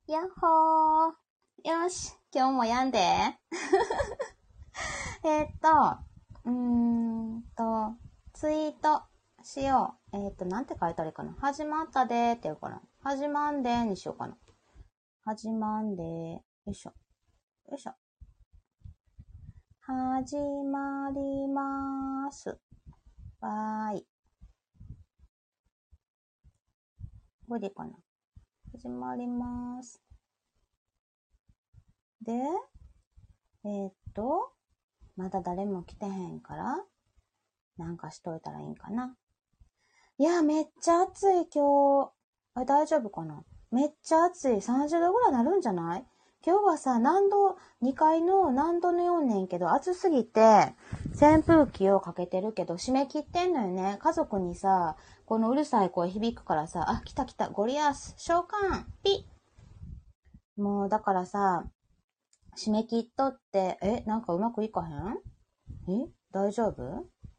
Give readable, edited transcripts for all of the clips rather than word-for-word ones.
やっほー。よし、今日もやんで。ツイートしよう。なんて書いたらいいかな。始まったでーって言うかな。始まんでーにしようかな。始まんでー。よいしょ。よいしょ。始まりまーす。わーい。これでいいかな。始まりまーす。で、まだ誰も来てへんから、なんかしといたらいいんかな。いや、めっちゃ暑い今日。大丈夫かな。めっちゃ暑い。30度ぐらいなるんじゃない？今日はさ、2階の何度のようねんけど、暑すぎて、扇風機をかけてるけど、締め切ってんのよね。家族にさ、このうるさい声響くからさ、あ、来た来た、ゴリアス、召喚、ピッ。もう、だからさ、締め切っとって、なんかうまくいかへん？大丈夫？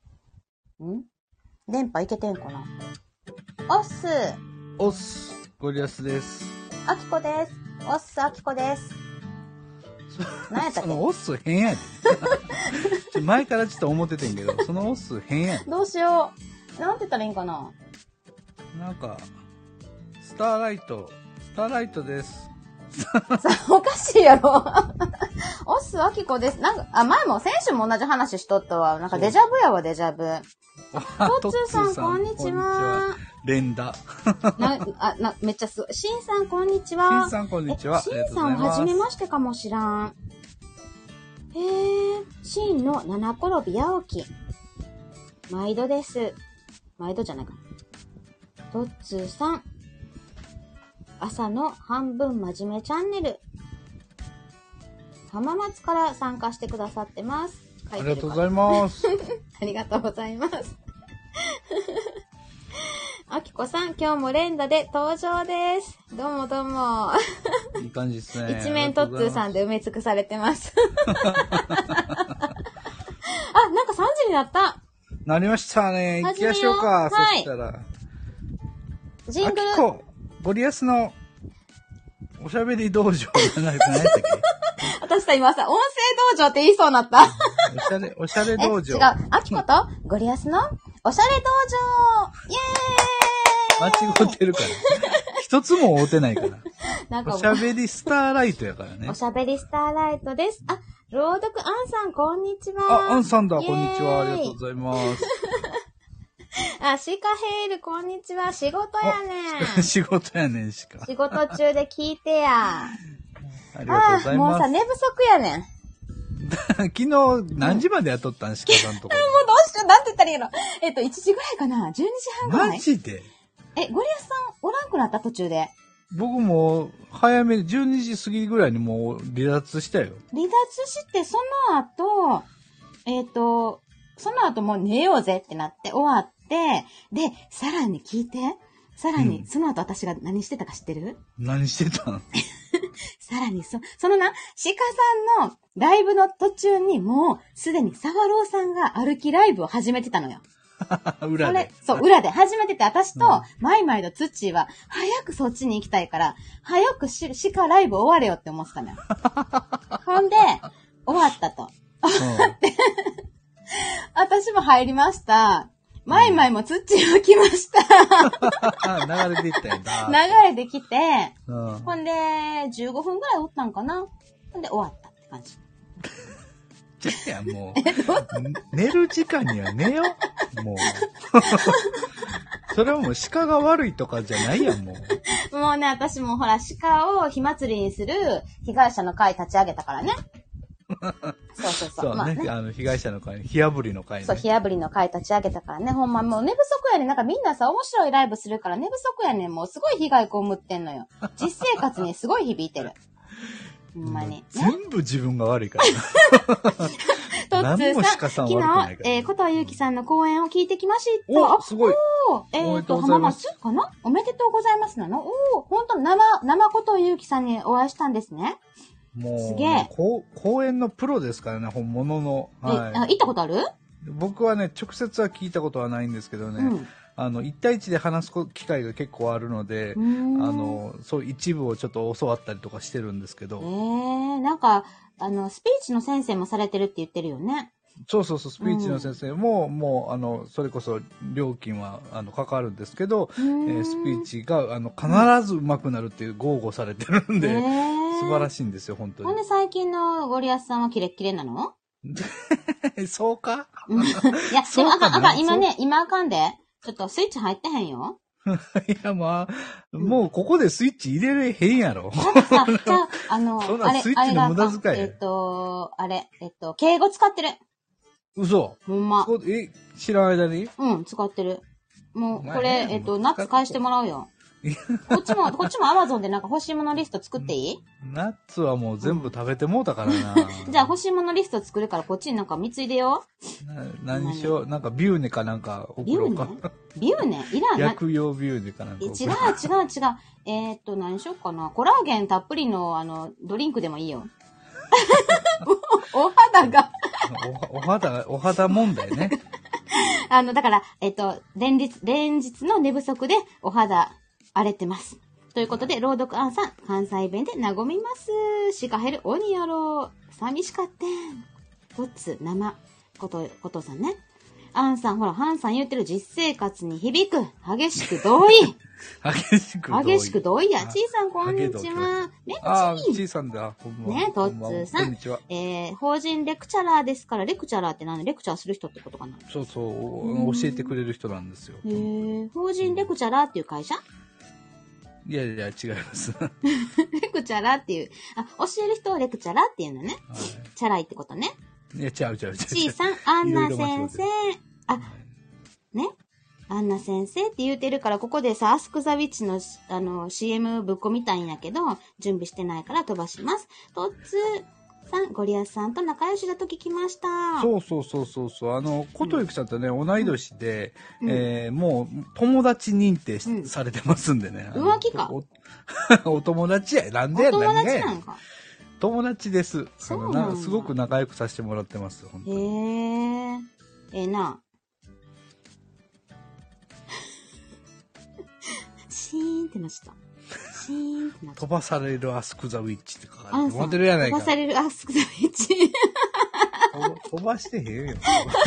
電波いけてんかな？おっす。 おっす。ゴリアスです。 あきこです。おっす、あきこです。何やったっけ？ そのオス変やで。前からちょっと思っててんけど、そのオス変やで。 どうしよう。なんて言ったらいいんかな？ なんか、スターライトです。 おかしいやろ。おっす、あきこです。前も、先週も同じ話しとったわ。なんかデジャブやわ、デジャブ。トッツーさん、こんにちは。 連打。 めっちゃすごい。シンさん、こんにちは。 シンさん、こんにちは。 シンさん、はじめましてかもしらん。シンの七転び八起き。毎度です。毎度じゃないか。トッツーさん。朝の半分真面目チャンネル。浜松から参加してくださってます。 ありがとうございます。 ありがとうございます。あきこさん、今日も連打で登場です。どうもどうも。 いい感じですね。 一面トッツーさんで埋め尽くされてます。あ、なんか3時になった。 なりましたね。行きましょうか。そしたら。 ジングル。 あきこ、ゴリアスのおしゃべり道場じゃないかね。 私さ、今さ、音声道場って言いそうになった。 おしゃれ道場。 違う。あきことゴリアスのおしゃれ道場イエーイ間違ってるから。一つも合うてないから。 なんかおしゃべりスターライトやからね。 おしゃべりスターライトです。あ、朗読アンさん、こんにちは。 あ、アンさんだ、こんにちは。ありがとうございます。 あ、シカヘイル、こんにちは。仕事やねん。 仕事やねん、しか。 仕事中で聞いてや。 ありがとうございます。 もうさ、寝不足やねん。 昨日、何時までやっとったん、鹿さんとこ。 もうどうしよう、なんて言ったらいいの？1時ぐらいかな？ 12 時半ぐらい？ マジで？ ゴリアスさん、おらんくなった途中で。 僕も、早め、12時過ぎぐらいにもう離脱したよ。 離脱して、その後もう寝ようぜってなって終わって、で、さらに聞いて。さらに、その後私が何してたか知ってる？ 何してたん？ さらに、そのな、鹿さんのライブの途中にもう、すでにサワローさんが歩きライブを始めてたのよ。 裏で。 そう、裏で始めてて、私と、マイマイとツッチーは、早くそっちに行きたいから、早く鹿ライブ終われよって思ってたのよ。ほんで、終わったと。私も入りました。マイマイもツッチーも来ました。 流れていったんだ。 流れてきて、ほんで、15分ぐらいおったんかな。ほんで、終わったって感じ。 じゃあもう、寝る時間には寝よ。もう。それはもう鹿が悪いとかじゃないやん、もう。 もうね、私もほら、鹿を火祭りにする被害者の会立ち上げたからね。そう。 そうね、まあ、被害者の会、火炙りの会ね。 そう、火炙りの会立ち上げたからね。ほんまもう寝不足やねん。なんかみんなさ、面白いライブするから寝不足やねん。もうすごい被害被ってんのよ。実生活にすごい響いてる。ほんまに。 全部自分が悪いからな。 トッツーさん、昨日、小田祐希さんの講演を聞いてきました。 お、すごい。 浜松かな？おめでとうございますなの？ほんと、生小田祐希さんにお会いしたんですね。 もう、 すげえ。 講演のプロですからね、本物の。 行ったことある？ 僕はね、直接は聞いたことはないんですけどね。 1対1で話す機会が結構あるので、そう一部をちょっと教わったりとかしてるんですけど。 なんか、スピーチの先生もされてるって言ってるよね。 そうそうそう、スピーチの先生も、もう、それこそ料金は、かかるんですけど、スピーチが、必ず上手くなるっていう豪語されてるんで、素晴らしいんですよ、本当に。 ほんで最近のゴリアスさんはキレッキレなのそうかいや、でもあかん、今あかんで。ちょっとスイッチ入ってへんよ。 いや、まあ、もうここでスイッチ入れれへんやろ。 だってさ、じゃあ、 そんなスイッチの無駄遣い。 敬語使ってる。 嘘。 ほんま。 知らん間に？ 使ってる。もう、これ、ナッツ返してもらうよ。こっちも Amazon でなんか欲しいものリスト作っていい？ ナッツはもう全部食べてもうたからな。 じゃあ欲しいものリスト作るからこっちになんか貢いでよ。 何しよう？なんかビューネかなんか送ろうか。 ビューネいらん。 薬用ビューネかなんか。 違う。何しようかな。コラーゲンたっぷりのドリンクでもいいよ。お肌がお肌問題ね。 だから、連日の寝不足でお肌荒れてます。ということで、朗読アンさん、関西弁で和みます。シカヘル鬼やろ。寂しかってん。トッツ、生、ことさんね。アンさん、ほら、ハンさん言ってる実生活に響く。激しく同意。激しく同意や。ちいさん、こんにちは。 ちいさんだ。 ね、トッツさん。こんにちは。法人レクチャラーですから、レクチャラーって何？レクチャーする人ってことかな？ そうそう、教えてくれる人なんですよ。 法人レクチャラーっていう会社？ いや、違います。 レクチャラーっていう、教える人をレクチャラーっていうのね。チャラいってことね。 いや、違う。 ちいさん、アンナ先生。ね。アンナ先生って言うてるから、ここでさ、アスクザウィッチの、CM ぶっこみたいんやけど、準備してないから飛ばします。トッツさん、ゴリアスさんと仲良しだと聞きました。 そう。ことゆきさんとね、同い年で、もう、友達認定されてますんでね。 浮気か。 お友達や。なんでや。 お友達なんか。 友達です。 すごく仲良くさせてもらってます。本当に。 な。シーンってなっちゃった。シーンってなっちゃった。 飛ばされるアスクザウィッチって書かれてもらってるやないか。 飛ばされるアスクザウィッチ。 飛ばしてへんよ。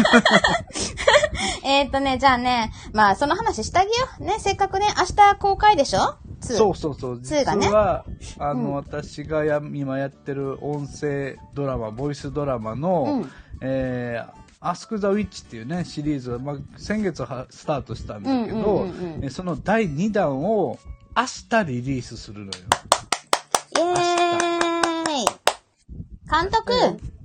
じゃあね、まあ、その話してあげよう。ね、せっかくね、明日公開でしょ？ そう。 2がね。 実は、私が今やってる音声ドラマ、ボイスドラマの、アスクザウィッチっていうね、シリーズ、先月スタートしたんだけど、その第2弾を明日リリースするのよ。 イエーイ！監督！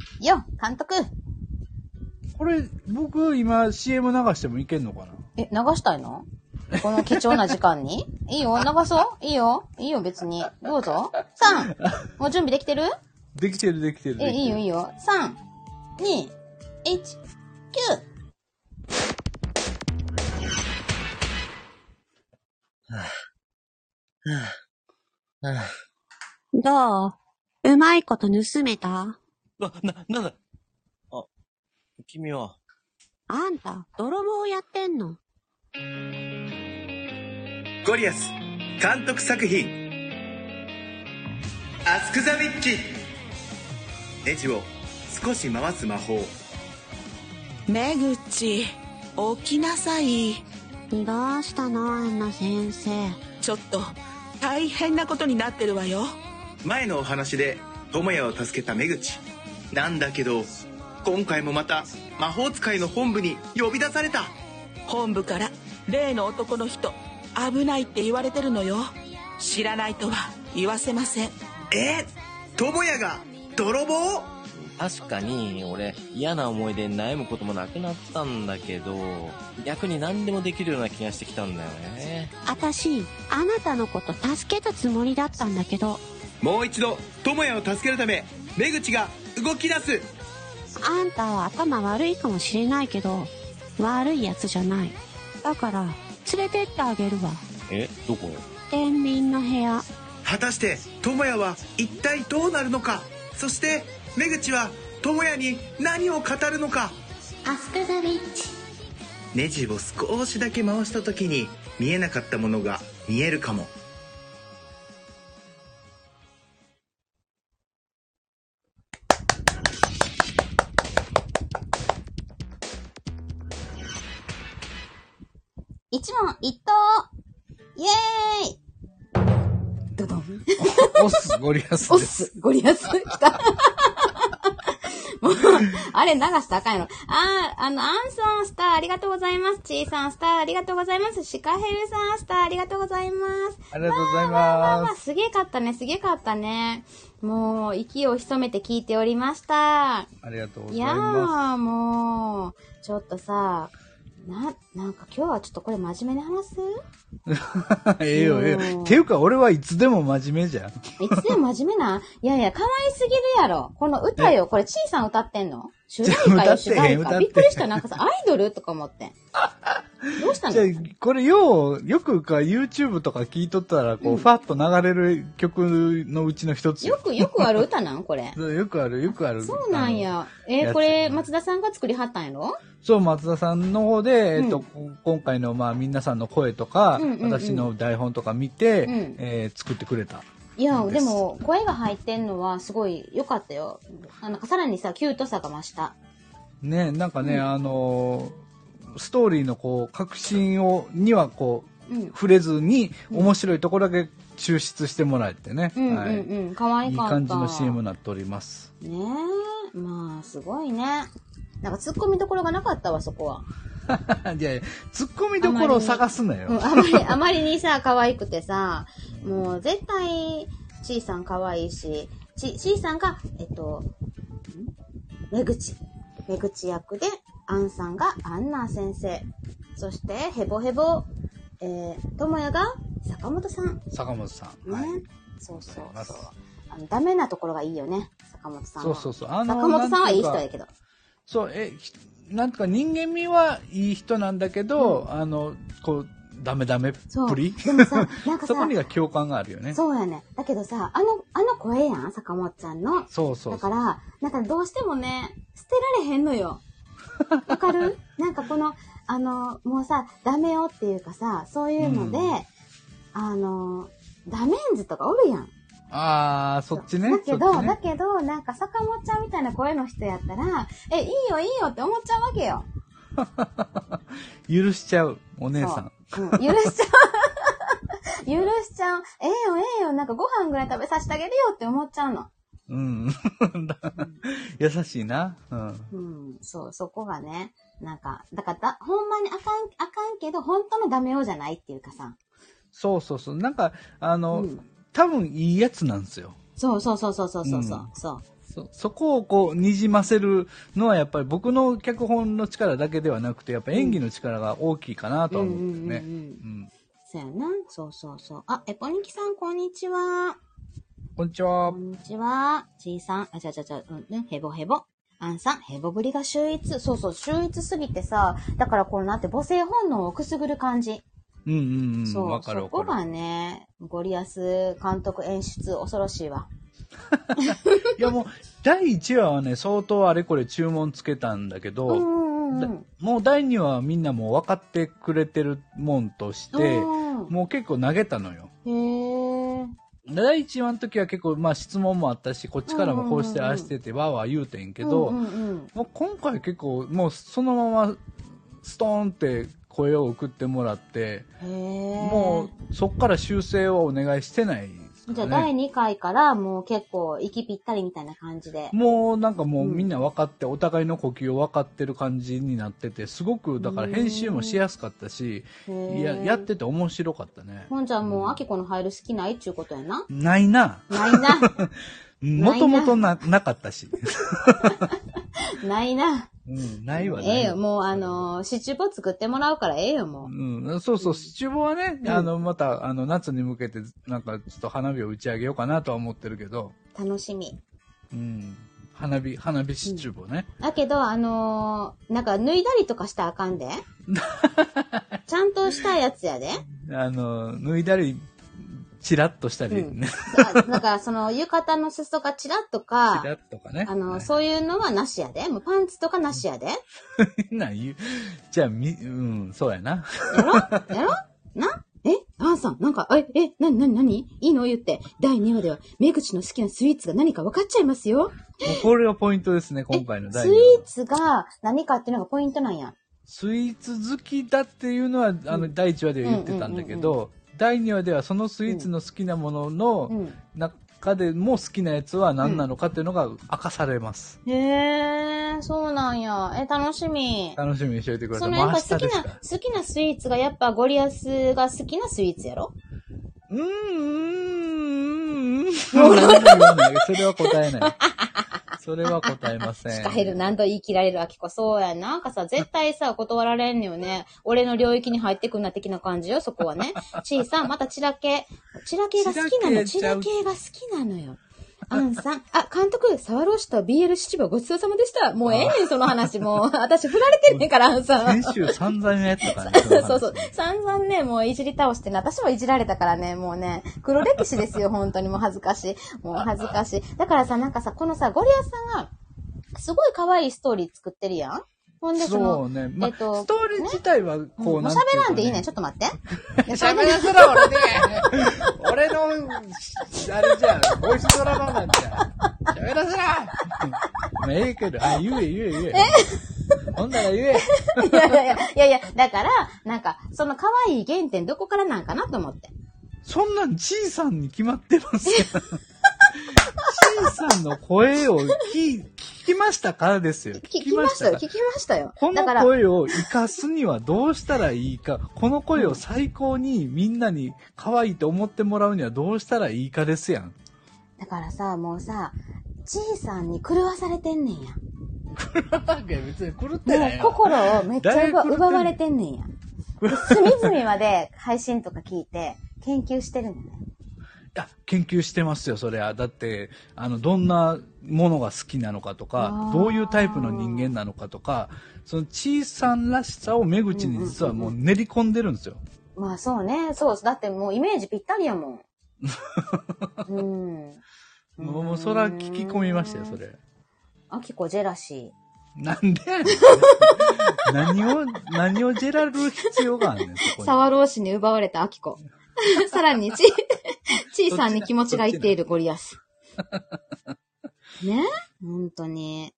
これ、僕今 CM 流してもいけんのかな？ 流したいの？この貴重な時間に？いいよ、流そう？いいよ、別に。どうぞ。3! もう準備できてる？ できてる。 いいよ。3、2、1、9! どう？うまいこと盗めた？ なんだ？君は。 あんた、泥棒やってんの？ ゴリアス監督作品アスクザウィッチ。ネジを少し回す魔法。 めぐち、起きなさい。 どうしたの、アンナ先生。 ちょっと大変なことになってるわよ。 前のお話で智也を助けためぐちなんだけど、今回もまた魔法使いの本部に呼び出された。 本部から例の男の人危ないって言われてるのよ。知らないとは言わせません。 智也が泥棒？ 確かに俺嫌な思いで悩むこともなくなったんだけど、逆に何でもできるような気がしてきたんだよね。 私、あなたのこと助けたつもりだったんだけど。 もう一度智也を助けるためめぐちが動き出す。 あんたは頭悪いかもしれないけど、悪いやつじゃない。だから連れてってあげるわ。 どこへ？ 天秤の部屋。 果たして智也は一体どうなるのか。そしてめぐちは智也に何を語るのか。 アスクザウィッチ。 ネジを少しだけ回した時に見えなかったものが見えるかも。 一問一答イエーイドドンオス、ゴリアスオです。 スゴリアス来たもう、あれ流したらあかんやろ。アンソンスターありがとうございます。チーさんスターありがとうございます。シカヘルさんスターありがとうございます。 ありがとうございます。 すげえかったね、すげえかったね。もう、息を潜めて聞いておりました。 ありがとうございいます。 やー、もう、ちょっとさ、なんか今日はちょっとこれ真面目に話す？ ええよ、ええよ。っていうか俺はいつでも真面目じゃん。 いつでも真面目な？いやいや、可愛すぎるやろ。この歌よ。これ、ちーさん歌ってんの？主題歌よ、主題歌。びっくりした。なんかさ、アイドルとか思って。どうしたの？ じゃあ、これよくか YouTube とか聞いとったら、こう、ファッと流れる曲のうちの一つよ。 よくある歌なんこれ。 よくある。 そうなんや。これ、松田さんが作りはったんやろ？ そう、松田さんの方で、今回の、まあ、皆さんの声とか、私の台本とか見て、作ってくれた。 いや、でも、声が入ってんのはすごい良かったよ。なんかさらにさ、キュートさが増した。 ね、なんかね、ストーリーのこう、革新にはこう、触れずに、面白いところだけ抽出してもらえてね。 可愛かった。 いい感じの CM になっております。 ねえ、まあ、すごいね。なんか突っ込みどころがなかったわ、そこは。 いやいや、突っ込みどころを探すなよ。 あまりにさ、可愛くてさ、もう絶対、ちーさん可愛いし、ちーさんが、めぐち役で、あんさんがアンナー先生。そして、ヘボヘボ、ともやが坂本さん。 坂本さん。 ね。 はい、 そう。ダメなところがいいよね、坂本さんは。 そう。 坂本さんはいい人やけど。 そう、なんか人間味はいい人なんだけど、こう、ダメっぷりでもさ、なんかさ、 そこには共感があるよね。 そうやね。だけどさ、あの声やん、坂本ちゃんの。 そう。 だから、なんかどうしてもね、捨てられへんのよ。わかる？なんかこの、もうさ、ダメよっていうかさ、そういうので、ダメンズとかおるやん。 ああ、そっちね。 だけど、なんか坂本ちゃんみたいな声の人やったら、いいよって思っちゃうわけよ。 許しちゃう、お姉さん。 許しちゃう。ええよ、なんかご飯ぐらい食べさせてあげるよって思っちゃうの。 優しいな。 そう、そこがね、なんか、だからほんまにあかんけど、本当のダメよじゃないっていうかさ。 そう。なんか、多分いいやつなんですよ。 そう。そこをこう、にじませるのはやっぱり僕の脚本の力だけではなくて、やっぱ演技の力が大きいかなとは思うんですね。 そうやな。そう。あ、エポニキさん、こんにちは。 こんにちは。 ちーさん、ヘボヘボ。あんさん、ヘボぶりが秀逸。そう、秀逸すぎてさ、だからこのなんて母性本能をくすぐる感じ。そう、そこがね、ゴリアス監督演出恐ろしいわ。 いやもう、第1話はね、相当あれこれ注文つけたんだけど、もう第2話はみんなもう分かってくれてるもんとして、もう結構投げたのよ。第1話の時は結構まあ質問もあったし、こっちからもこうしてああしててわーわー言うてんけど、もう今回結構もうそのままストーンって声を送ってもらって、もうそっから修正をお願いしてない、 じゃあ第2回からもう結構息ぴったりみたいな感じで。 もうなんかもうみんな分かって、お互いの呼吸を分かってる感じになってて、すごくだから編集もしやすかったし、やってて面白かったね。 ほんじゃもうアキコの入る好きないっちゅうことやな。 ないな。もともとなかったし。 ないな。 ないわね。 ええよ、もうシチューボ作ってもらうからええよ、もう。そう、シチューボはね、また、夏に向けて、なんか、ちょっと花火を打ち上げようかなとは思ってるけど。 楽しみ。 花火シチューボね。 だけど、なんか、脱いだりとかしたらあかんで。ちゃんとしたやつやで。 脱いだりチラッとしたりね。 なんか、その、浴衣の裾がチラッとか、 チラッとかね。 そういうのはなしやで。もうパンツとかなしやで。 じゃあ、そうやな。 やろなアンさん、なんか、なにいいの言って。第2話では、めぐちの好きなスイーツが何か分かっちゃいますよ。 もうこれがポイントですね、今回の第2話。 スイーツが何かっていうのがポイントなんや。 スイーツ好きだっていうのは、第1話では言ってたんだけど、第2話ではそのスイーツの好きなものの中でも好きなやつは何なのかっていうのが明かされます。 へー、そうなんや。楽しみ。 楽しみにしておいてください。 そのやっぱ好きなスイーツがやっぱゴリアスが好きなスイーツやろ？ それは答えない。それは答えません。 シカヘル何度言い切られるアキコ。そうやなんかさ、絶対さ、断られんのよね。俺の領域に入ってくんな的な感じよ、そこはね。ちいさん、またチラ系が好きなの。チラ系が好きなのよ。アンさん、監督、サワローシと BL 七部ごちそうさまでした。もうええねん、その話。もう、私振られてんねんから、アンさん。 先週散々やったからね。 そう。散々ね、もういじり倒してね、私もいじられたからね、もうね、黒歴史ですよ、本当にもう恥ずかしい。もう恥ずかしい。だからさ、なんかさ、このさ、ゴリアスさんが、すごい可愛いストーリー作ってるやん。ほんでそうね。ストーリー自体はこう、 もう喋らんでいいねん、ちょっと待って。 喋らせろ、俺で。俺の、あれじゃん、ボイスドラマなんじゃん。喋らせろ。ええけど、言え。ほんなら言え。 いや、だから、なんか、その可愛い原点どこからなんかなと思って。 そんなんちいさんに決まってますよ。ちいさんの声を聞きましたからですよ。 聞きましたよ。 この声を活かすにはどうしたらいいか、この声を最高にみんなに可愛いと思ってもらうにはどうしたらいいかですやん。 だからさ、もうさ、ちいさんに狂わされてんねんや。 狂わけ別に狂ってないよ。 もう心をめっちゃ奪われてんねんや。隅々まで配信とか聞いて研究してるんだね。 いや、研究してますよ、それは。だって、どんなものが好きなのかとか、どういうタイプの人間なのかとか、そのちいさんらしさを目口に実はもう練り込んでるんですよ。 まあそうね、そう。だってもうイメージぴったりやもん。 もうそら聞き込みましたよ、それ。 アキコジェラシー。なんでやねん。何をジェラる必要があるねん、そこに。 サワローシに奪われたアキコ。さらにちいさんに気持ちがいっているゴリアス。ね？本当に。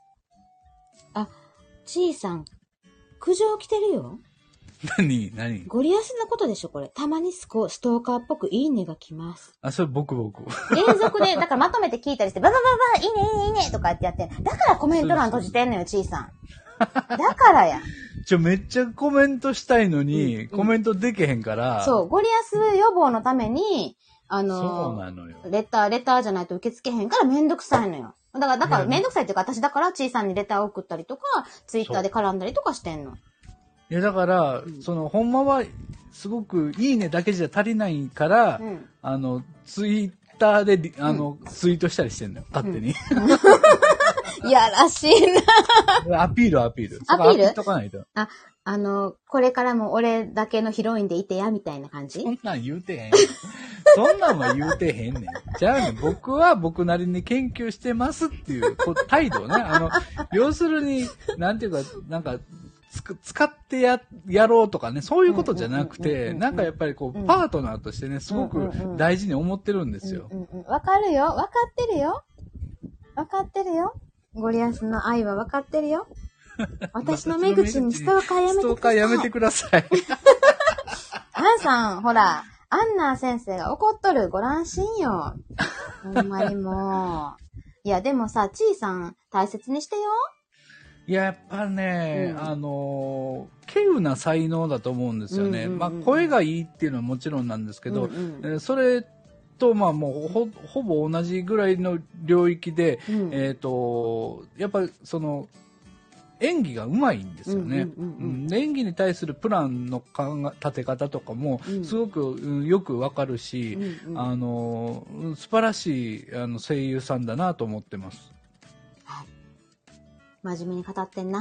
ちいさん、苦情来てるよ。 何ゴリアスのことでしょ、これ。たまにストーカーっぽくいいねが来ます。 それ僕。 連続で、だからまとめて聞いたりして、ババババ、いいねとかってやってん。だからコメント欄閉じてんのよ、ちいさん。だからや。 めっちゃコメントしたいのに、コメントできへんから。 そう、ゴリアス予防のために、 そうなのよ。 レターじゃないと受け付けへんからめんどくさいのよ。だからめんどくさいっていうか、私だからちいさんにレターを送ったりとか、ツイッターで絡んだりとかしてんの。 いや、だから、ほんまは、すごくいいねだけじゃ足りないから、ツイッターで、ツイートしたりしてんのよ、勝手に。 いやらしいな。 アピール。 アピールとかないと。 これからも俺だけのヒロインでいてや、みたいな感じ？ そんなん言うてへん。そんなんは言うてへんねん。じゃあね、僕は僕なりに研究してますっていう態度ね。要するに、なんていうか、なんか、使ってやろうとかね、そういうことじゃなくて、なんかやっぱりパートナーとしてね、すごく大事に思ってるんですよ。 わかるよ。わかってるよ。ゴリアスの愛はわかってるよ。私の目口にストーカーやめてください。 ストーカーやめてください。 アンさん、ほら、アンナ先生が怒っとる。ご乱心よ。ほんまにもう。いや、でもさ、ちいさん、大切にしてよ。 いや、やっぱね、稀有な才能だと思うんですよね。声がいいっていうのはもちろんなんですけど、それと、もうほぼ同じぐらいの領域で、やっぱり演技が上手いんですよね。演技に対するプランの立て方とかもすごくよくわかるし、素晴らしい声優さんだなと思ってます。 真面目に語ってんな。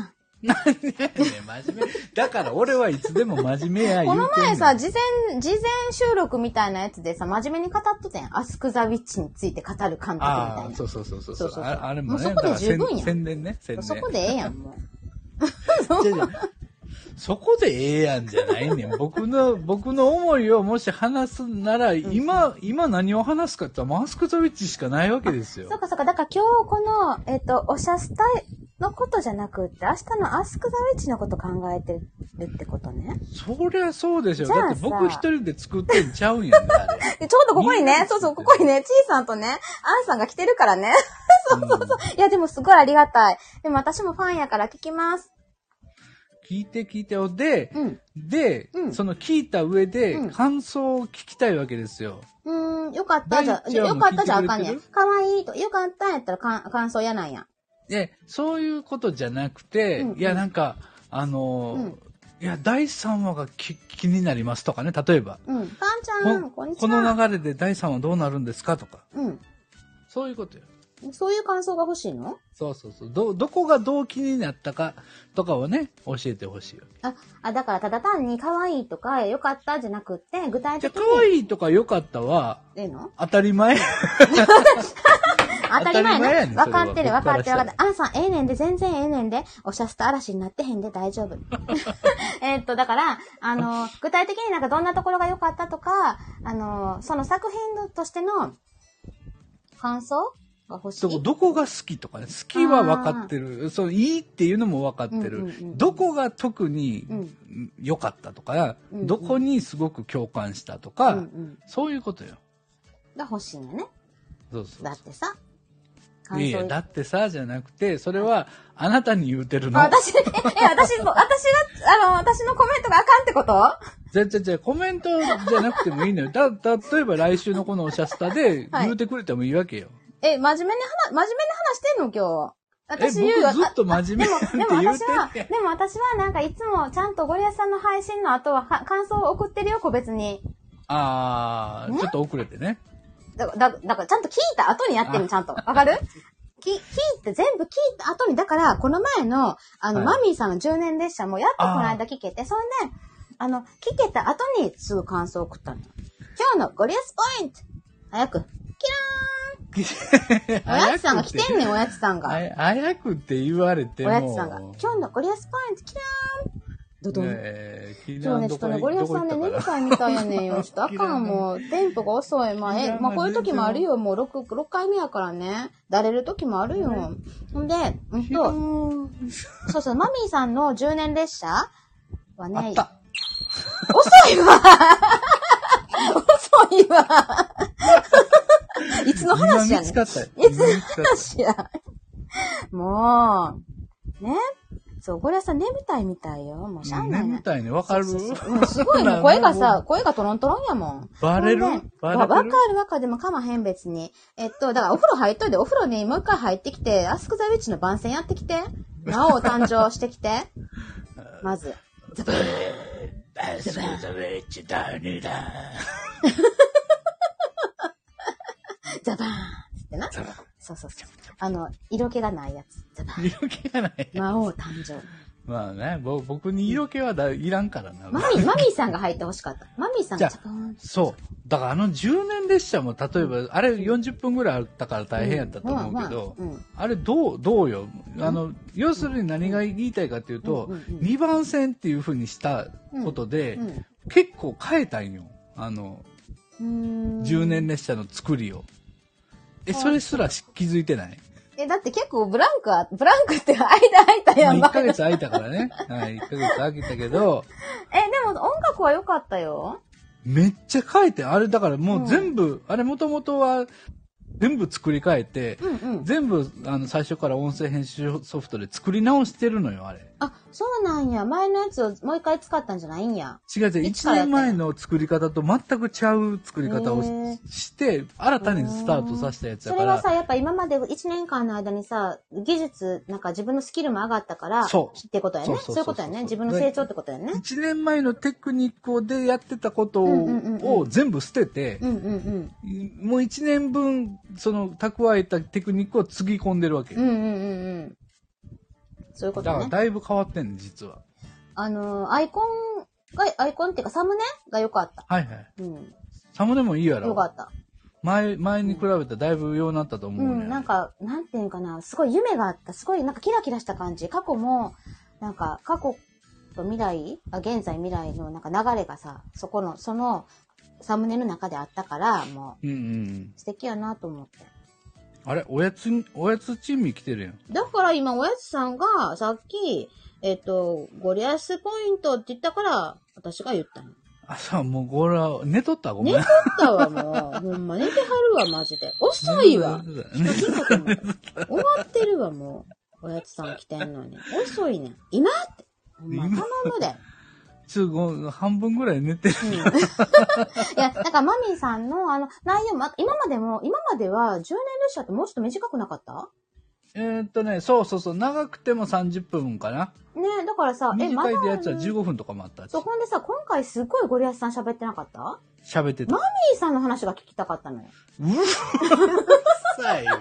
なんでやねん、真面目。だから俺はいつでも真面目や言うてんねん。 この前さ、事前収録みたいなやつでさ、真面目に語っとったやん。アスクザウィッチについて語る監督みたいな。 ああ、そう。あれもね。 もうそこで十分やん。 宣伝ね、宣伝。 そこでええやん、もう。 そこでええやんじゃないねん。僕の思いをもし話すなら、今何を話すかって言ったら、アスクザウィッチしかないわけですよ。 そうか。だから今日この、おしゃスタのことじゃなくって、明日のアスクザウィッチのこと考えてるってことね。 そりゃそうでしょ。 じゃあさだって僕一人で作ってんちゃうんやんか、あれ。 ちょうどここにね、ここにね、ちーさんとね、アンさんが来てるからね。そう。いや、でもすごいありがたい。でも私もファンやから聞きます。 聞いてで、その聞いた上で、感想を聞きたいわけですよ。 よかったじゃあかんねん。かわいいと、よかったやったら感想やなんや。 そういうことじゃなくて、いや、なんか、いや、第3話が気になりますとかね、例えば。 パンちゃん、こんにちは。 この流れで第3話どうなるんですかとか。そういうことよ。 そういう感想が欲しいの？ そう。どこがどう気になったかとかをね、教えてほしいよ。 だからただ単に可愛いとか良かったじゃなくって、具体的に。 可愛いとか良かったは、当たり前。 当たり前ね。分かってる。アンさん、ええねんで、全然ええねんで、おしゃスタ嵐になってへんで大丈夫。だから、具体的になんかどんなところが良かったとか、その作品としての感想が欲しい。 どこが好きとかね。好きは分かってる。いいっていうのも分かってる。どこが特に良かったとか、どこにすごく共感したとか、そういうことよ。 が欲しいんやね。 そう。 だってさ。 いや、だってさ、じゃなくて、それは、あなたに言うてるの。 私のコメントがあかんってこと？ じゃコメントじゃなくてもいいのよ。例えば来週のこのおしゃスタで言うてくれてもいいわけよ。 真面目に話してんの今日。 私言うよ。ずっと真面目って言うてんねん。 でも私はなんかいつもちゃんとゴリアスさんの配信の後は感想を送ってるよ、個別に。 ちょっと遅れてね。 だからちゃんと聞いた後にやってるの、ちゃんと。わかる？全部聞いた後に、だから、この前の、マミーさんの10年列車もやっとこの間聞けて、そんで、聞けた後にすぐ感想を送ったの。今日のゴリアスポイント早く、キラーンおやつさんが来てんねん、おやつさんが。 早くって言われても。 おやつさんが。今日のゴリアスポイントキラーンドドン。今日ね、ちょっとね、ゴリアスさんね、眠たいみたいやねんよ。ちょっとあかん、もう、テンポが遅い。まあ、こういう時もあるよ。もう6回目やからね。だれる時もあるよ。ほんで、そう、マミーさんの10年列車はね、遅いわ遅いわいつの話やねん。いつの話や。もう、ね。そう、ゴリアスさん眠たいみたいよ。もうしゃあないね。 眠たいね、わかる？ すごい、もう声がトロントロンやもん。 バレる？ わかる。でもかまへん別に。だからお風呂入っといて、お風呂にもう一回入ってきて、アスクザウィッチの番宣やってきて。魔王誕生してきて。まず。ザバーン。 アスクザウィッチだねだ。 ザバーンってな。そう。色気がないやつ。 色気がない。 魔王誕生。 まあね、僕に色気はいらんからな。 マミーさんが入ってほしかった。マミーさんがそう。だから10年列車も例えば、あれ40分ぐらいあったから大変やったと思うけど、あれどうよ。要するに何が言いたいかっていうと、2番線っていう風にしたことで、結構変えたんよ。10年列車の作りを。それすら気づいてない？ だって結構ブランクって間空いたやん。 1ヶ月空いたからね。はい、1ヶ月空いたけど。 でも音楽は良かったよ。 めっちゃ変えて、あれだからもう全部、あれもともとは全部作り変えて、全部最初から音声編集ソフトで作り直してるのよ、あれ。 そうなんや。前のやつをもう一回使ったんじゃないんや。 違う、1年前の作り方と全くちゃう作り方をして、新たにスタートさせたやつだから。 それはさ、やっぱ今まで1年間の間にさ、技術、なんか自分のスキルも上がったから、ってことやね。そういうことやね。自分の成長ってことやね。 1年前のテクニックでやってたことを全部捨てて、もう1年分、蓄えたテクニックをつぎ込んでるわけ。 そういうことだからね。 だいぶ変わってんね、実は。 アイコンっていうかサムネが良かった。 はいはい。 うん。 サムネもいいやろ。 良かった。 前に比べたらだいぶ良くなったと思うね。 なんか、なんていうかな、すごい夢があった。すごいなんかキラキラした感じ。過去も、なんか過去と現在未来のなんか流れがさ、そのサムネの中であったから、もう、素敵やなと思って。 あれおやつ珍味来てるやん。 だから今おやつさんがさっき、ゴリアスポイントって言ったから、私が言ったの。 あ、そう、もうこれは寝とったごめん。 寝とったわ、もう。ほんま寝てはるわ、マジで。遅いわ。終わってるわ、もう。おやつさん来てんのに。遅いねん。今って。ほんま、頼むで。 半分ぐらい寝てる。 いや、なんかマミーさんの内容も、今までは10年列車ってもうちょっと短くなかった？ そう。長くても30分かな。 ね、だからさ、 短いやつは15分とかもあったし。 そう、ほんでさ、今回すごいゴリアスさん喋ってなかった？ 喋ってた。 マミーさんの話が聞きたかったのよ。 うるさいわ。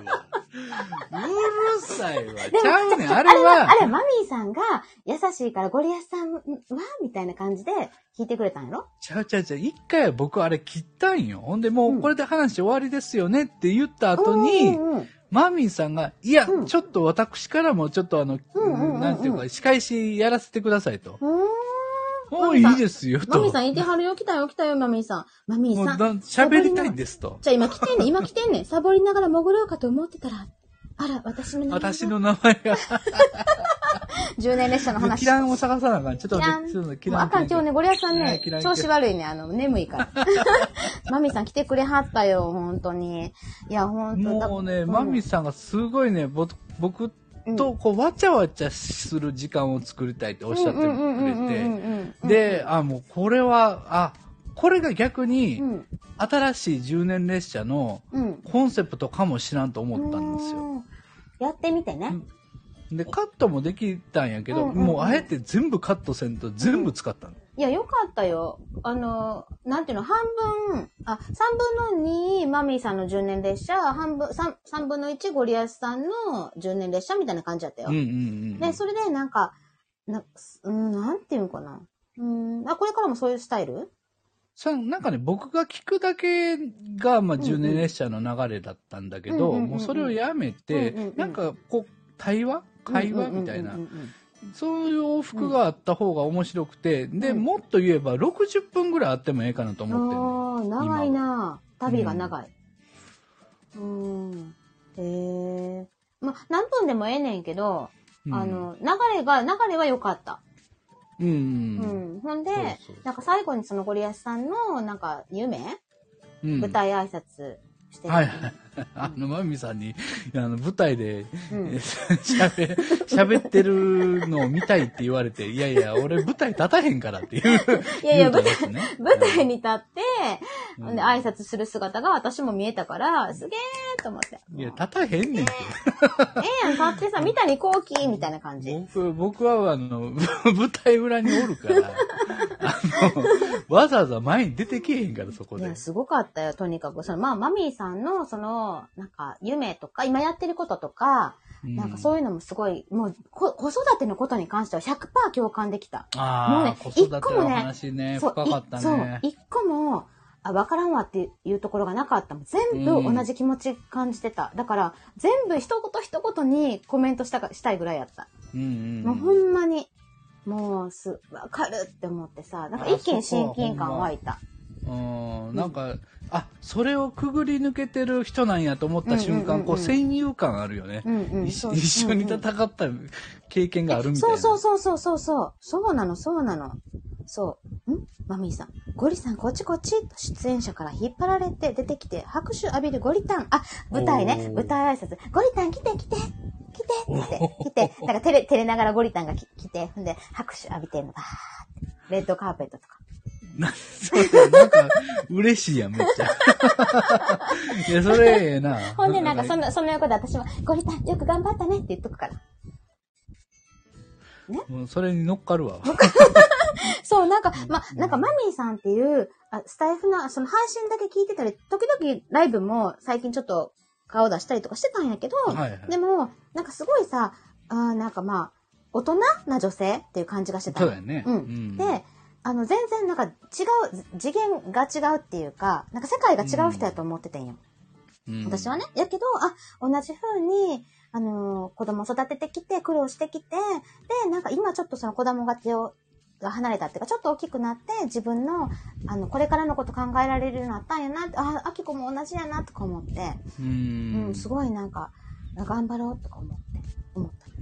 ちゃうねん、あれは。 あれ、マミーさんが優しいからゴリアスさんはみたいな感じで聞いてくれたんやろ？ ちゃう。一回僕あれ切ったんよ。ほんでもうこれで話終わりですよねって言った後に、マミーさんが、いや、ちょっと私からもちょっとなんていうか、仕返しやらせてくださいと。もういいですよ、と。 マミーさんいてはるよ、来たよ、マミーさん。マミーさん。 喋りたいですと。 じゃあ今来てんねん。サボりながら潜ろうかと思ってたら、あら、私の名前が。10年列車の話。 キランを探さなあかん。ちょっとキラン。あかん、今日ね、ゴリアスさんね、調子悪いね。眠いから。マミさん来てくれはったよ、本当に。いや、本当もうね、マミさんがすごいね、僕と、わちゃわちゃする時間を作りたいっておっしゃってくれて。で、もうこれは、これが逆に、新しい10年列車のコンセプトかもしらんと思ったんですよ。 やってみてね。 で、カットもできたんやけど、もうあえて全部カットせんと全部使ったの。 いや、よかったよ。なんていうの、3分の2、マミーさんの10年列車、3分の1、ゴリアスさんの10年列車みたいな感じだったよ。で、それでなんか、なんていうのかな。これからもそういうスタイル？ なんかね、僕が聞くだけが、10年列車の流れだったんだけど、もうそれをやめて、なんか会話みたいな。そういう往復があった方が面白くて、で、もっと言えば60分ぐらいあってもええかなと思ってる。 長いなぁ。旅が長い。何分でもええねんけど、流れは良かった。ほんで、なんか最後にそのゴリアスさんの、なんか、舞台挨拶してる。 マミさんに、舞台で、喋ってるのを見たいって言われて、いや、俺舞台立たへんからっていう。 いや、舞台に立って、挨拶する姿が私も見えたから、すげーと思って。 いや、立たへんねんって。 やん、立ってさ、三谷幸喜みたいな感じ。 僕は舞台裏におるから、わざわざ前に出てけえへんから、そこで。 いや、すごかったよ、とにかく。マミーさんの、なんか、夢とか、今やってることとか、なんかそういうのもすごい、もう、子育てのことに関しては 100% 共感できた。 もうね、子育ての話ね、深かったね。 そう、一個も、わからんわっていうところがなかったもん。全部同じ気持ち感じてた。だから、全部一言にコメントしたいぐらいやった。もうほんまに、もうわかるって思ってさ、なんか一気に親近感湧いた。 なんか、それをくぐり抜けてる人なんやと思った瞬間、戦友感あるよね。一緒に戦った経験があるみたいな。 そうなの。マミーさん。ゴリさんこっちと出演者から引っ張られて出てきて拍手浴びるゴリタン。舞台ね。舞台挨拶。ゴリタン来て。来て。なんか照れながらゴリタンが来て、ほんで拍手浴びてんの。レッドカーペットとか。 なんか、嬉しいやん、めっちゃ。いや、それええな。 ほんで、なんか、その横で私も、ゴリタン、よく頑張ったねって言っとくから。 ね。もうそれに乗っかるわ。 そう、なんかマミーさんっていう、スタイフな、その配信だけ聞いてたり、時々ライブも最近ちょっと顔出したりとかしてたんやけど、でも、なんかすごいさ、なんか大人な女性っていう感じがしてた。 そうだよね。 うん。で、全然なんか違う、次元が違うっていうか、なんか世界が違う人やと思っててんよ。私はね。やけど、同じ風に、子供育ててきて、苦労してきて、で、なんか今ちょっとその子供が離れたっていうか、ちょっと大きくなって、自分の、これからのこと考えられるようになったんやなって、あきこも同じやなとか思って、すごいなんか、頑張ろうとか思った。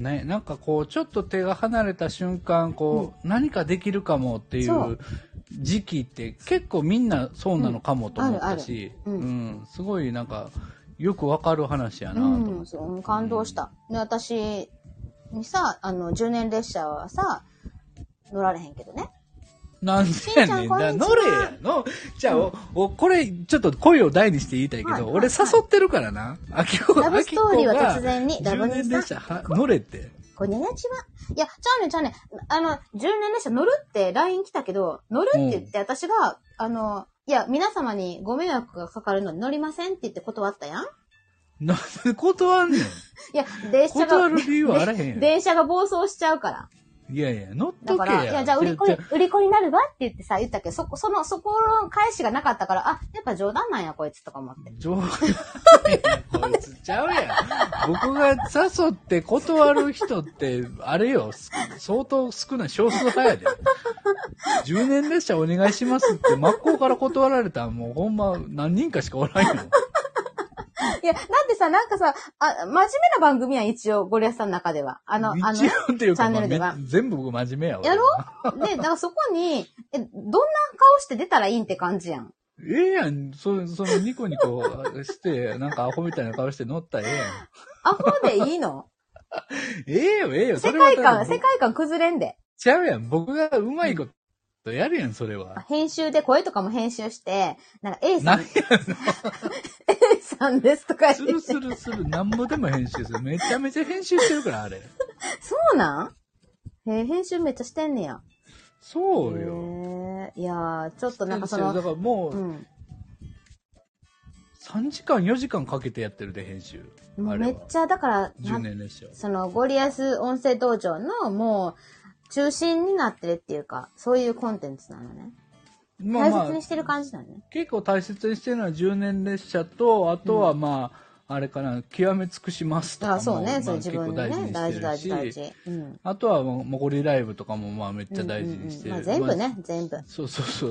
ね、なんかこう、ちょっと手が離れた瞬間、こう、何かできるかもっていう時期って結構みんなそうなのかもと思ったし、すごいなんか、よくわかる話やなと、 そう感動した。で、私にさ、10年列車はさ、乗られへんけどね。 なんでやねん。乗れやの。じゃあ、これ、ちょっと声を大にして言いたいけど、俺誘ってるからな。ラブストーリーは突然に、ラブにさ。乗れって。 これね、ちゃうね。10年列車乗るって LINE 来たけど、乗るって言って私が、いや、皆様にご迷惑がかかるのに乗りませんって言って断ったやん。 なんで断んねん。いや、断る理由はあらへんやん。 電車が暴走しちゃうから。 いやいや、乗っとけや。 だから、いや、じゃあ売り子になるわって言ってさ、言ったけど、そこの返しがなかったから、やっぱ冗談なんや、こいつとか思って。 冗談こいつちゃうやん。僕が誘って断る人って、あれよ、相当少ない、少数派やで。10年列車お願いしますって真っ向から断られたらもうほんま何人かしかおらんよ。 いや、だってさ、なんかさ、真面目な番組やん、一応、ゴリアスさんの中では。 一応っていうか、チャンネルでは。全部僕真面目やわ。 やろで、だからそこに、どんな顔して出たらいいんって感じやん。 やん。そのニコニコして、なんかアホみたいな顔して乗ったらやん。 アホでいいのよ。 世界観崩れんで。 ちゃうやん。僕がうまいことやるやん、それは。 編集で声とかも編集して、なんか A さん。A さんですとか言って。 する。なんぼでも編集する。めちゃめちゃ編集してるから、あれ。 そうなん編集めっちゃしてんねや。 そうよ。 いやー、ちょっとなんかだからもう、3時間、4時間かけてやってるで、編集。 もうめっちゃ、だから、 10年列車。 その、ゴリアス音声道場の、もう、中心になってるっていうか、そういうコンテンツなのね。大切にしてる感じなのね。 結構大切にしてるのは10年列車と、あとはあれかな、極め尽くしますとかも。 そうね、それ自分でね、大事。 あとは、モゴリライブとかもめっちゃ大事にしてる。 全部ね、全部。 そう。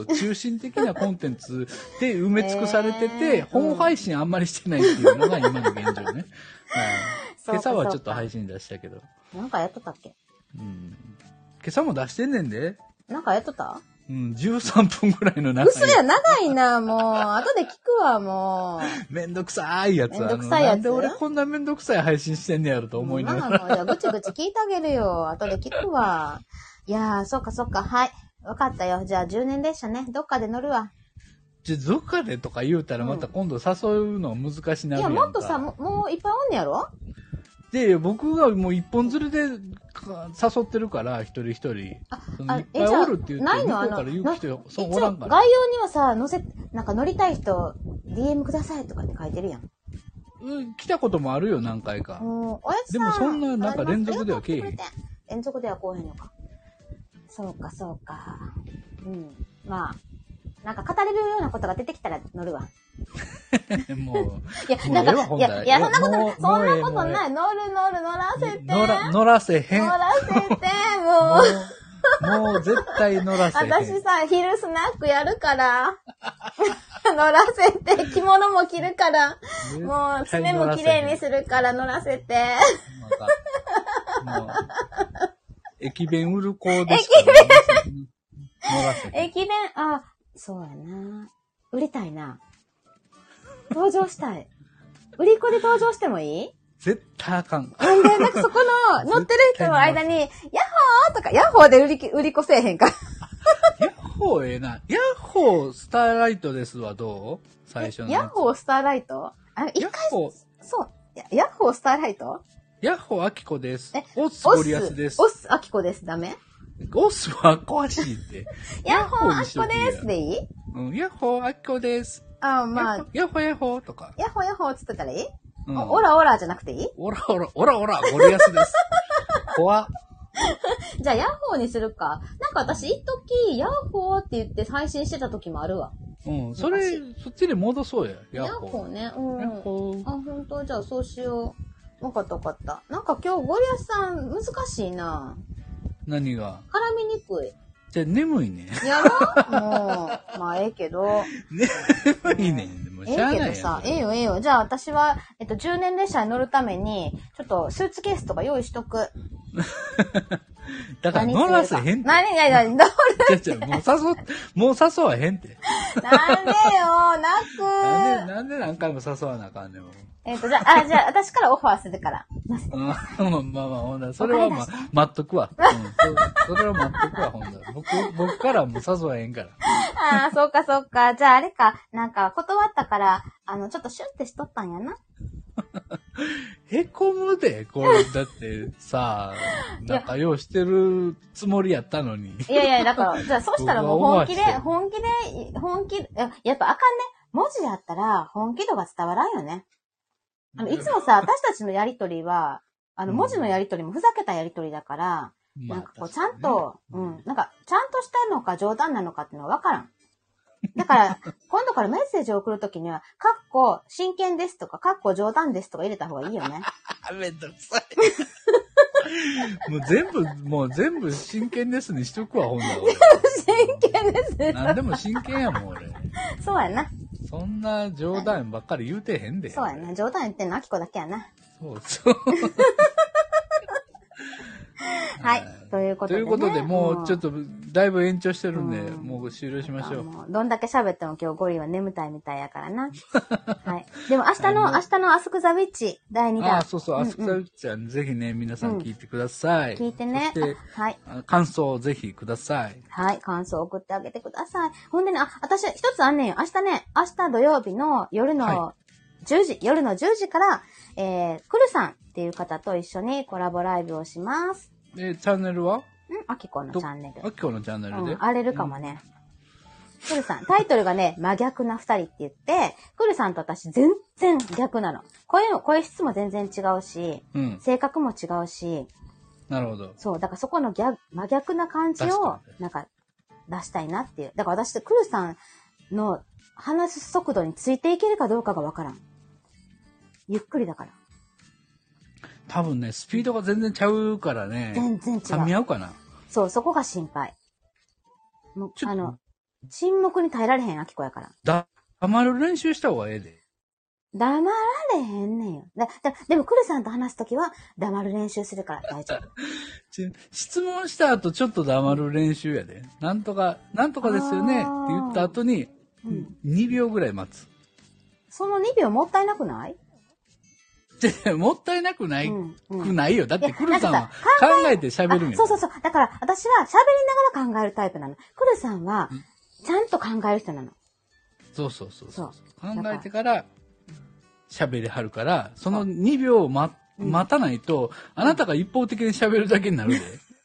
中心的なコンテンツで埋め尽くされてて、本配信あんまりしてないっていうのが今の現状ね。今朝はちょっと配信出したけど。 なんかやっとったっけ？ 今朝も出してんねんで。 なんかやっとった？ 13分ぐらいの長い。 嘘や、長いな、もう。後で聞くわ、もう。 めんどくさいやつ。 なんで俺こんなめんどくさい配信してんねやろと思いながら。 もう、じゃあぐちぐち聞いてあげるよ。後で聞くわ。いやー、そっか。はい。わかったよ。じゃあ10年列車ね。どっかで乗るわ。 どっかでとか言うたらまた今度誘うの難しなるやんか。 いや、もっとさ、もういっぱいおんねやろ？ で、僕がもう一本釣りで誘ってるから、一人一人。いっぱいおるって言って、 ないの？ 向こうから言う人、そうおらんから。 概要にはさ、なんか乗りたい人、DM くださいとかって書いてるやん。 来たこともあるよ、何回か。 おやつさん。 でもそんな、なんか連続ではけえへん。 連続ではこうへんのか。そうか。まあ、なんか語れるようなことが出てきたら乗るわ。 もう。 いや、なんか、いや、そんなことない。乗らせて。 乗らせへん。 乗らせて、 もう絶対乗らせへん。 私さ、昼スナックやるから。乗らせて、着物も着るから。もう、爪も綺麗にするから乗らせて。 もう、駅弁売る子ですからね。乗らせて。 駅弁、そうやな。売りたいな。登場したい。売り子で登場してもいい？ 絶対あかん。 なんで、なんかそこの乗ってる人の間に、ヤッホーとか、ヤッホーで売り子せえへんか。 ヤッホーええな。ヤッホースターライトですわ、どう？最初の。 ヤッホースターライト？一回、そう。ヤッホースターライト？ ヤッホーアキコです。オスゴリアスです。 オスアキコです。ダメ？ オスは詳しいって。 ヤッホーアキコですでいい？ ヤッホーアキコです。 まあ。 ヤッホーとか。 ヤッホーつってたらいい？オラじゃなくていい？ オラ、ゴリアスです。怖っ。 じゃあ、ヤッホーにするか。なんか私、一時、ヤッホーって言って配信してた時もあるわ。 うん、そっちで戻そうや。 ヤッホーね。うん。 ヤッホー。 あ、ほんと？じゃあ、そうしよう。わかったわかった。なんか今日、ゴリアスさん、難しいな。 何が？ 絡みにくい。 じゃあ、眠いね。 やろもう、まあ、ええけど。 眠いね。もうしゃあないやん。 ええけどさ、ええよ。じゃあ私は、10年列車に乗るために、ちょっとスーツケースとか用意しとく。 だから乗らせへんって。 何乗るもう誘わへんって。 なんでよ、 なんで何回も誘わなあかんねん。 じゃあ私からオファーするから。 まあ、ほんなら、それは待っとくわ。それは待っとくわ、ほんなら。僕からも誘わへんから。 ああ、そうか。じゃああれか、なんか断ったから、ちょっとシュンってしとったんやな。 へこむで、これ、だってさ、なんか用してるつもりやったのに。 いや、だから、じゃあそしたらもう本気で、やっぱあかんね。文字やったら本気度が伝わらんよね。いつもさ、私たちのやりとりは、文字のやりとりもふざけたやりとりだから、なんかこう、ちゃんと、なんか、ちゃんとしたのか冗談なのかっていうのはわからん。だから、今度からメッセージを送るときには、真剣ですとか、冗談ですとか入れた方がいいよね。 めんどくさい。もう全部真剣ですにしとくわ、ほんなら。 真剣です。 なんでも真剣やもん、俺。 そうやな。 そんな冗談ばっかり言うてへんで。 そうやな。冗談言ってんのアキコだけやな。 そう。 はい。ということで、 もうちょっとだいぶ延長してるんで、もう終了しましょう。 どんだけ喋っても今日ゴリは眠たいみたいやからな。はい。でも明日のアスクザウィッチ第2弾。 そう、アスクザウィッチはぜひね、皆さん聞いてください。 聞いてね。はい。 感想をぜひください。 はい。感想を送ってあげてください。ほんでね、私一つあんねんよ。明日土曜日の夜の10時から、クルさんっていう方と一緒にコラボライブをします。 チャンネルは？ アキコのチャンネル。 アキコのチャンネルで？ 荒れるかもね。クルさん、タイトルがね、真逆な二人って言って、クルさんと私全然逆なの。声質も全然違うし、性格も違うし。 なるほど。 そう、だからそこの真逆な感じを、なんか、出したいなっていう。だから私とクルさんの話す速度についていけるかどうかがわからん。ゆっくりだから。 多分ね、スピードが全然ちゃうからね。 全然違う。 噛み合うかな。 そう、そこが心配。もう沈黙に耐えられへんアキコやから。 黙る練習した方がええで。 黙られへんねんよ。でも、クルさんと話すときは、黙る練習するから大丈夫。 質問した後、ちょっと黙る練習やで。なんとかですよねって言った後に、2秒ぐらい待つ。 その2秒もったいなくない？ もったいなくないよ。だって、クルさんは考えて喋るんよ。 そう。だから、私は喋りながら考えるタイプなの。クルさんは、ちゃんと考える人なの。 そう。考えてから喋りはるから、その2秒待たないと、あなたが一方的に喋るだけになるで。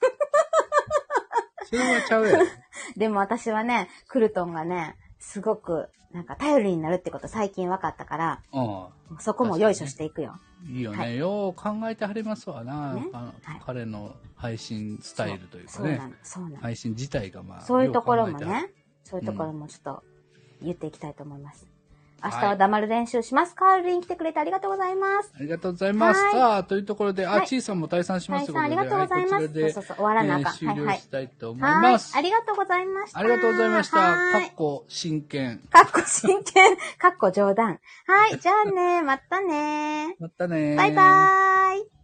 それはちゃうやろ。 でも私はね、クルトンがね、すごく、なんか頼りになるってこと最近分かったから、そこもよいしょしていくよ。 いいよね。よう考えてはりますわな。彼の配信スタイルというかね。 そうなの。 配信自体がそういうところもね、そういうところもちょっと言っていきたいと思います。明日は黙る練習します。カールリン来てくれてありがとうございます。 ありがとうございます。さあ、というところで、ちいさんも退散しますので、 ありがとうございます。そう、終わらなあかん。 終了したいと思います。 ありがとうございました。 ありがとうございました。かっこ真剣。 かっこ冗談。はい、じゃあね、またね。 またね。 バイバーイ。